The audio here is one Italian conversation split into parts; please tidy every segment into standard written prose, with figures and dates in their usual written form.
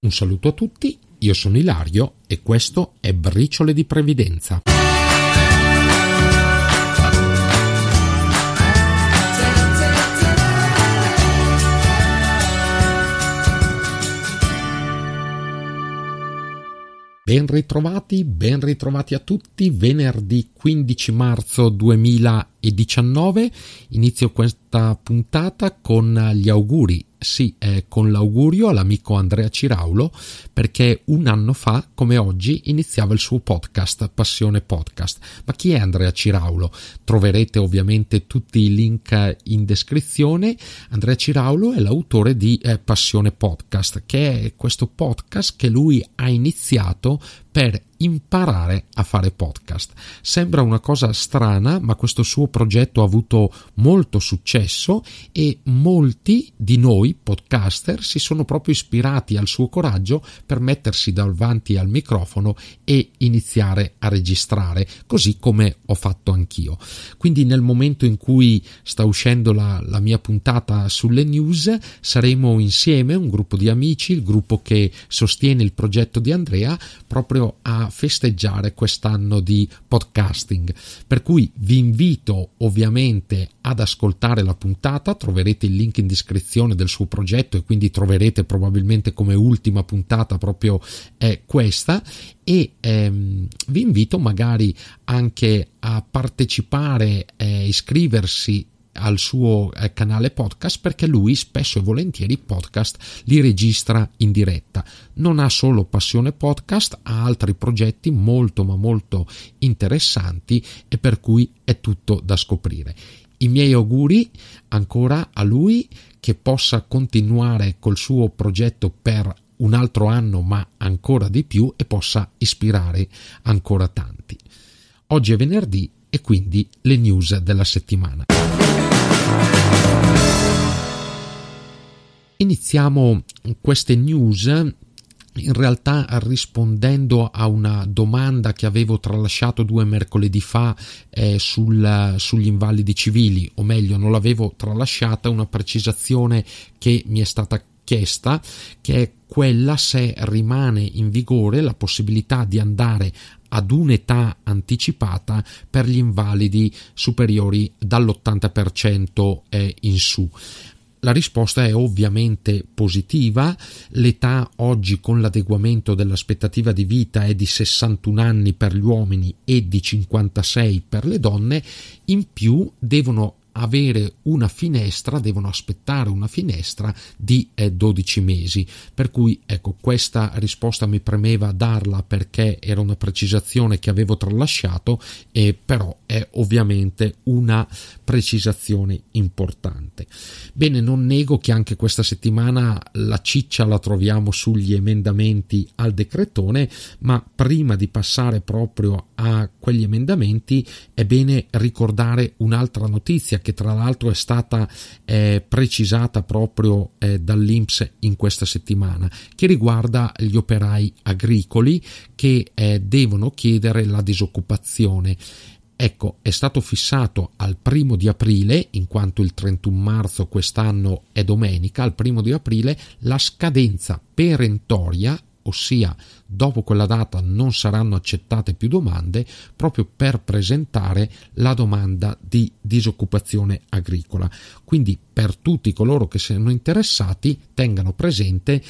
Un saluto a tutti, io sono Ilario e questo è Briciole di Previdenza. Ben ritrovati a tutti. Venerdì 15 marzo 2019 inizio questa puntata con gli auguri. Sì, con l'augurio all'amico Andrea Ciraulo, perché un anno fa, come oggi, iniziava il suo podcast, Passione Podcast. Ma chi è Andrea Ciraulo? Troverete ovviamente tutti i link in descrizione. Andrea Ciraulo è l'autore di Passione Podcast, che è questo podcast che lui ha iniziato per imparare a fare podcast. Sembra una cosa strana, ma questo suo progetto ha avuto molto successo e molti di noi podcaster si sono proprio ispirati al suo coraggio per mettersi davanti al microfono e iniziare a registrare, così come ho fatto anch'io. Quindi nel momento in cui sta uscendo la mia puntata sulle news, saremo insieme, un gruppo di amici, il gruppo che sostiene il progetto di Andrea, proprio a festeggiare quest'anno di podcasting, per cui vi invito ovviamente ad ascoltare la puntata. Troverete il link in descrizione del suo progetto e quindi troverete probabilmente come ultima puntata proprio questa, e vi invito magari anche a partecipare, iscriversi al suo canale podcast, perché lui spesso e volentieri podcast li registra in diretta. Non ha solo Passione Podcast, ha altri progetti molto ma molto interessanti, e per cui è tutto da scoprire. I miei auguri ancora a lui, che possa continuare col suo progetto per un altro anno, ma ancora di più, e possa ispirare ancora tanti. Oggi è venerdì e quindi le news della settimana. Iniziamo queste news in realtà rispondendo a una domanda che avevo tralasciato 2 mercoledì fa sugli invalidi civili, o meglio, non l'avevo tralasciata, una precisazione che mi è stata chiesta, che è quella se rimane in vigore la possibilità di andare ad un'età anticipata per gli invalidi superiori dall'80% in su. La risposta è ovviamente positiva. L'età oggi, con l'adeguamento dell'aspettativa di vita, è di 61 anni per gli uomini e di 56 per le donne. In più devono aspettare una finestra di 12 mesi, per cui ecco, questa risposta mi premeva darla perché era una precisazione che avevo tralasciato, però è ovviamente una precisazione importante. Bene, non nego che anche questa settimana la ciccia la troviamo sugli emendamenti al decretone, ma prima di passare proprio a quegli emendamenti è bene ricordare un'altra notizia che tra l'altro è stata precisata proprio dall'INPS in questa settimana, che riguarda gli operai agricoli che devono chiedere la disoccupazione. Ecco, è stato fissato al 1 di aprile, in quanto il 31 marzo quest'anno è domenica, al 1 di aprile la scadenza perentoria, ossia dopo quella data non saranno accettate più domande, proprio per presentare la domanda di disoccupazione agricola. Quindi per tutti coloro che siano interessati tengano presente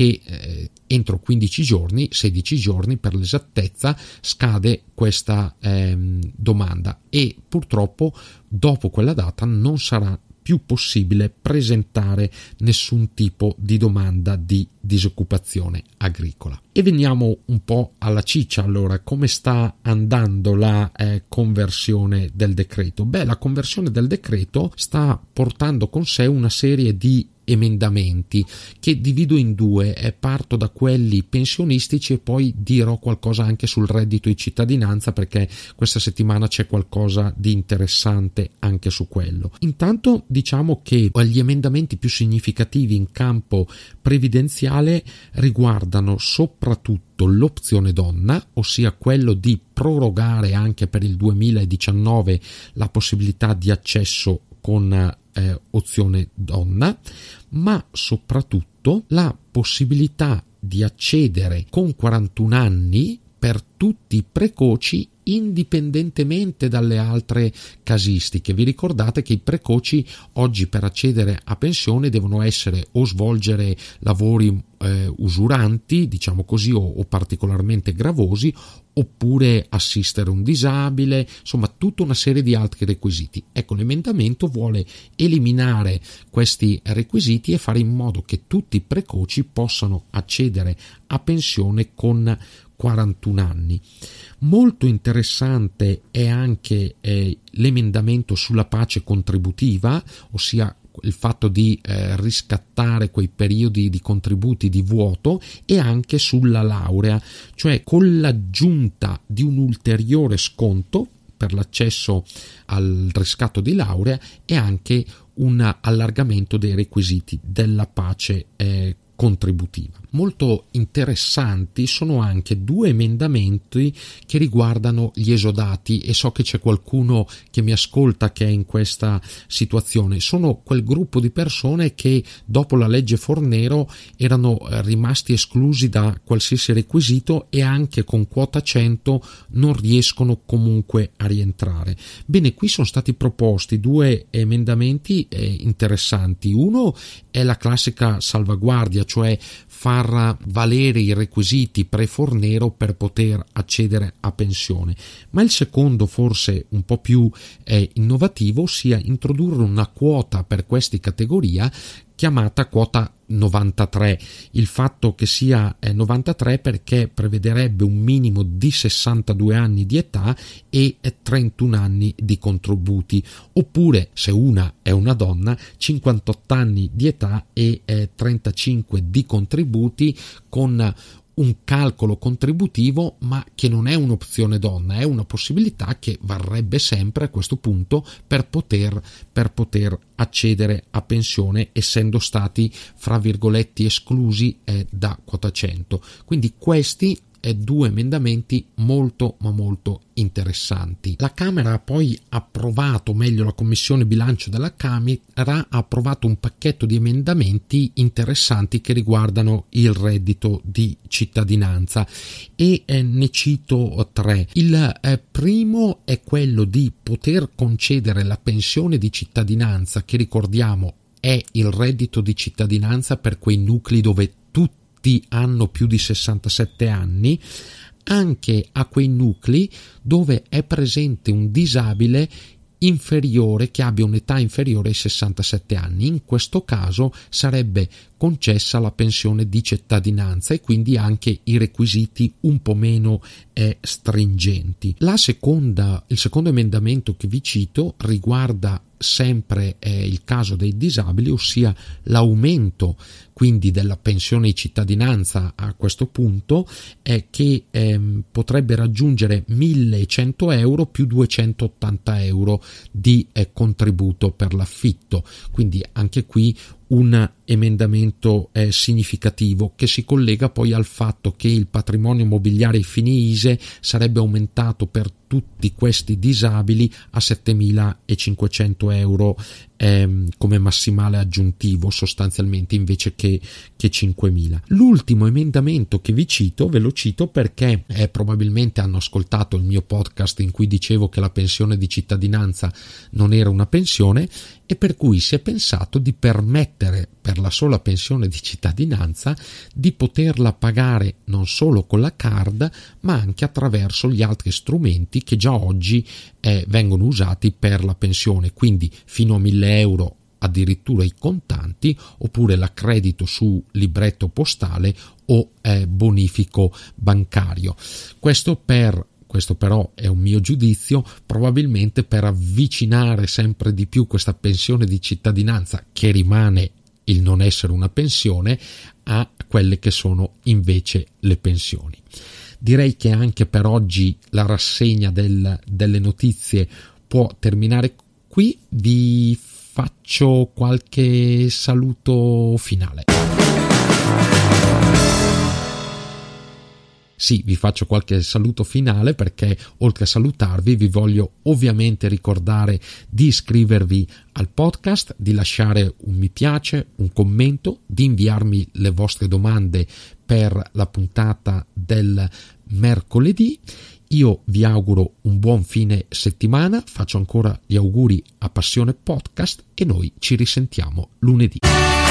che entro 15 giorni, 16 giorni per l'esattezza, scade questa domanda, e purtroppo dopo quella data non sarà più possibile presentare nessun tipo di domanda di disoccupazione agricola. E veniamo un po' alla ciccia. Allora, come sta andando la conversione del decreto? La conversione del decreto sta portando con sé una serie di emendamenti che divido in 2, parto da quelli pensionistici e poi dirò qualcosa anche sul reddito di cittadinanza, perché questa settimana c'è qualcosa di interessante anche su quello. Intanto diciamo che gli emendamenti più significativi in campo previdenziale riguardano soprattutto l'opzione donna, ossia quello di prorogare anche per il 2019 la possibilità di accesso con opzione donna, ma soprattutto la possibilità di accedere con 41 anni per tutti i precoci, indipendentemente dalle altre casistiche. Vi ricordate che i precoci oggi per accedere a pensione devono essere o svolgere lavori usuranti, diciamo così, o particolarmente gravosi, oppure assistere un disabile, insomma tutta una serie di altri requisiti. Ecco, l'emendamento vuole eliminare questi requisiti e fare in modo che tutti i precoci possano accedere a pensione con 41 anni. Molto interessante è anche l'emendamento sulla pace contributiva, ossia il fatto di riscattare quei periodi di contributi di vuoto, e anche sulla laurea, cioè con l'aggiunta di un ulteriore sconto per l'accesso al riscatto di laurea e anche un allargamento dei requisiti della pace contributiva. Molto interessanti sono anche due emendamenti che riguardano gli esodati, e so che c'è qualcuno che mi ascolta che è in questa situazione. Sono quel gruppo di persone che dopo la legge Fornero erano rimasti esclusi da qualsiasi requisito e anche con quota 100 non riescono comunque a rientrare. Bene, qui sono stati proposti due emendamenti interessanti. Uno è la classica salvaguardia, cioè far valere i requisiti pre-Fornero per poter accedere a pensione, ma il secondo, forse un po' più innovativo, ossia introdurre una quota per questa categoria chiamata quota 93. Il fatto che sia 93 perché prevederebbe un minimo di 62 anni di età e 31 anni di contributi, oppure se una è una donna 58 anni di età e 35 di contributi, con un calcolo contributivo, ma che non è un'opzione donna, è una possibilità che varrebbe sempre a questo punto per poter accedere a pensione, essendo stati fra virgolette esclusi da quota 100. Quindi questi due emendamenti molto interessanti. La Camera ha poi approvato, meglio la Commissione Bilancio della Camera ha approvato un pacchetto di emendamenti interessanti che riguardano il reddito di cittadinanza, e ne cito tre. Il primo è quello di poter concedere la pensione di cittadinanza, che ricordiamo è il reddito di cittadinanza per quei nuclei dove tutti hanno più di 67 anni, anche a quei nuclei dove è presente un disabile inferiore, che abbia un'età inferiore ai 67 anni. In questo caso sarebbe concessa la pensione di cittadinanza e quindi anche i requisiti un po' meno stringenti. Il secondo emendamento che vi cito riguarda sempre il caso dei disabili, ossia l'aumento quindi della pensione di cittadinanza a questo punto che potrebbe raggiungere 1.100 euro più 280 euro di contributo per l'affitto. Quindi anche qui un emendamento significativo, che si collega poi al fatto che il patrimonio immobiliare ai fini ISEE sarebbe aumentato per tutti questi disabili a 7.500 euro come massimale aggiuntivo, sostanzialmente, invece che 5.000. L'ultimo emendamento che vi cito, ve lo cito perché probabilmente hanno ascoltato il mio podcast in cui dicevo che la pensione di cittadinanza non era una pensione, e per cui si è pensato di permettere per la sola pensione di cittadinanza di poterla pagare non solo con la card, ma anche attraverso gli altri strumenti che già oggi vengono usati per la pensione, quindi fino a 1.000 euro addirittura i contanti, oppure l'accredito su libretto postale o bonifico bancario. Questo però è un mio giudizio, probabilmente per avvicinare sempre di più questa pensione di cittadinanza, che rimane il non essere una pensione, a quelle che sono invece le pensioni. Direi che anche per oggi la rassegna delle notizie può terminare qui. Vi faccio qualche saluto finale. Sì, vi faccio qualche saluto finale perché oltre a salutarvi vi voglio ovviamente ricordare di iscrivervi al podcast, di lasciare un mi piace, un commento, di inviarmi le vostre domande per la puntata del mercoledì. Io vi auguro un buon fine settimana, faccio ancora gli auguri a Passione Podcast e noi ci risentiamo lunedì.